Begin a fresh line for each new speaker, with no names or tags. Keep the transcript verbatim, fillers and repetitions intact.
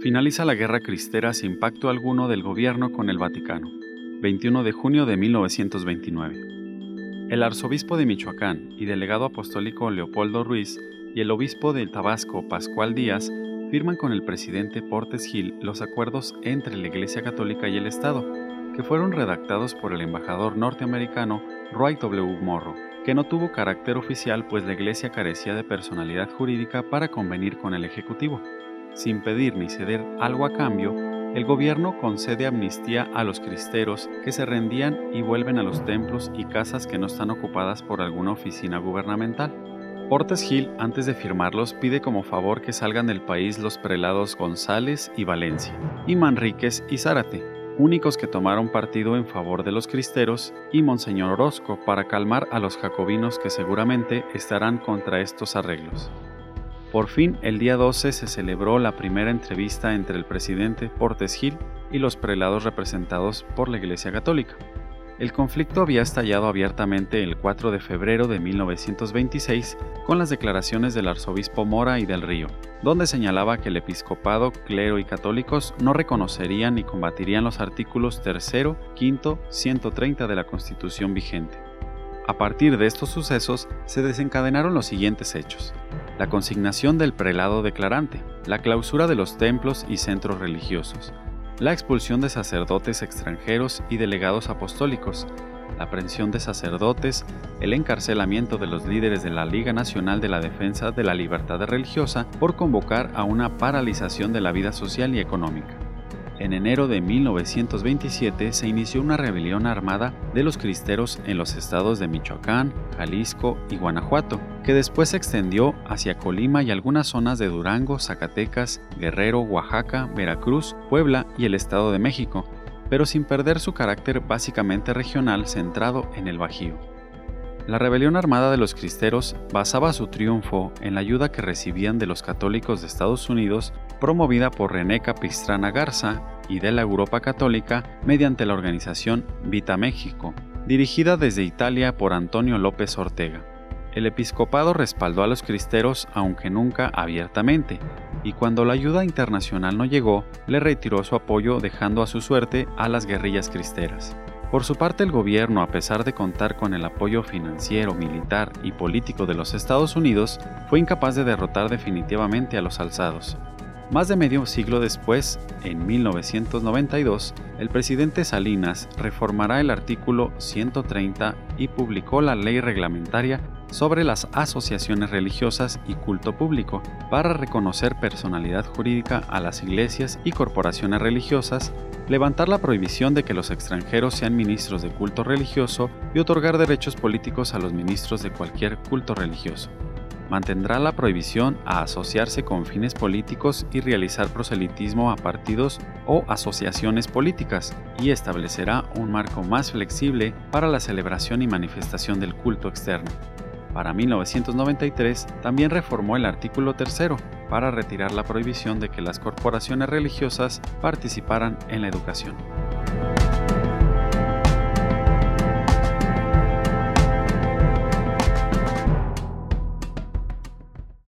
Finaliza la Guerra Cristera sin pacto alguno del gobierno con el Vaticano. veintiuno de junio de mil novecientos veintinueve. El arzobispo de Michoacán y delegado apostólico Leopoldo Ruiz y el obispo de Tabasco Pascual Díaz firman con el presidente Portes Gil los acuerdos entre la Iglesia Católica y el Estado, que fueron redactados por el embajador norteamericano Roy W. Morrow, que no tuvo carácter oficial pues la Iglesia carecía de personalidad jurídica para convenir con el Ejecutivo. Sin pedir ni ceder algo a cambio, el gobierno concede amnistía a los cristeros que se rendían y vuelven a los templos y casas que no están ocupadas por alguna oficina gubernamental. Portes Gil, antes de firmarlos, pide como favor que salgan del país los prelados González y Valencia, y Manríquez y Zárate, únicos que tomaron partido en favor de los cristeros, y Monseñor Orozco para calmar a los jacobinos que seguramente estarán contra estos arreglos. Por fin, el día doce se celebró la primera entrevista entre el presidente Portes Gil y los prelados representados por la Iglesia Católica. El conflicto había estallado abiertamente el cuatro de febrero de mil novecientos veintiséis con las declaraciones del arzobispo Mora y del Río, donde señalaba que el episcopado, clero y católicos no reconocerían ni combatirían los artículos tercero, quinto, ciento treinta de la Constitución vigente. A partir de estos sucesos se desencadenaron los siguientes hechos: la consignación del prelado declarante, la clausura de los templos y centros religiosos, la expulsión de sacerdotes extranjeros y delegados apostólicos, la aprehensión de sacerdotes, el encarcelamiento de los líderes de la Liga Nacional de la Defensa de la Libertad Religiosa por convocar a una paralización de la vida social y económica. En enero de mil novecientos veintisiete se inició una rebelión armada de los cristeros en los estados de Michoacán, Jalisco y Guanajuato, que después se extendió hacia Colima y algunas zonas de Durango, Zacatecas, Guerrero, Oaxaca, Veracruz, Puebla y el Estado de México, pero sin perder su carácter básicamente regional centrado en el Bajío. La rebelión armada de los cristeros basaba su triunfo en la ayuda que recibían de los católicos de Estados Unidos, promovida por René Capistrana Garza, y de la Europa Católica mediante la organización Vita México, dirigida desde Italia por Antonio López Ortega. El episcopado respaldó a los cristeros, aunque nunca abiertamente, y cuando la ayuda internacional no llegó, le retiró su apoyo dejando a su suerte a las guerrillas cristeras. Por su parte, el gobierno, a pesar de contar con el apoyo financiero, militar y político de los Estados Unidos, fue incapaz de derrotar definitivamente a los alzados. Más de medio siglo después, en mil novecientos noventa y dos, el presidente Salinas reformará el artículo ciento treinta y publicó la ley reglamentaria sobre las asociaciones religiosas y culto público para reconocer personalidad jurídica a las iglesias y corporaciones religiosas, levantar la prohibición de que los extranjeros sean ministros de culto religioso y otorgar derechos políticos a los ministros de cualquier culto religioso. Mantendrá la prohibición a asociarse con fines políticos y realizar proselitismo a partidos o asociaciones políticas, y establecerá un marco más flexible para la celebración y manifestación del culto externo. Para mil novecientos noventa y tres también reformó el artículo tercero para retirar la prohibición de que las corporaciones religiosas participaran en la educación.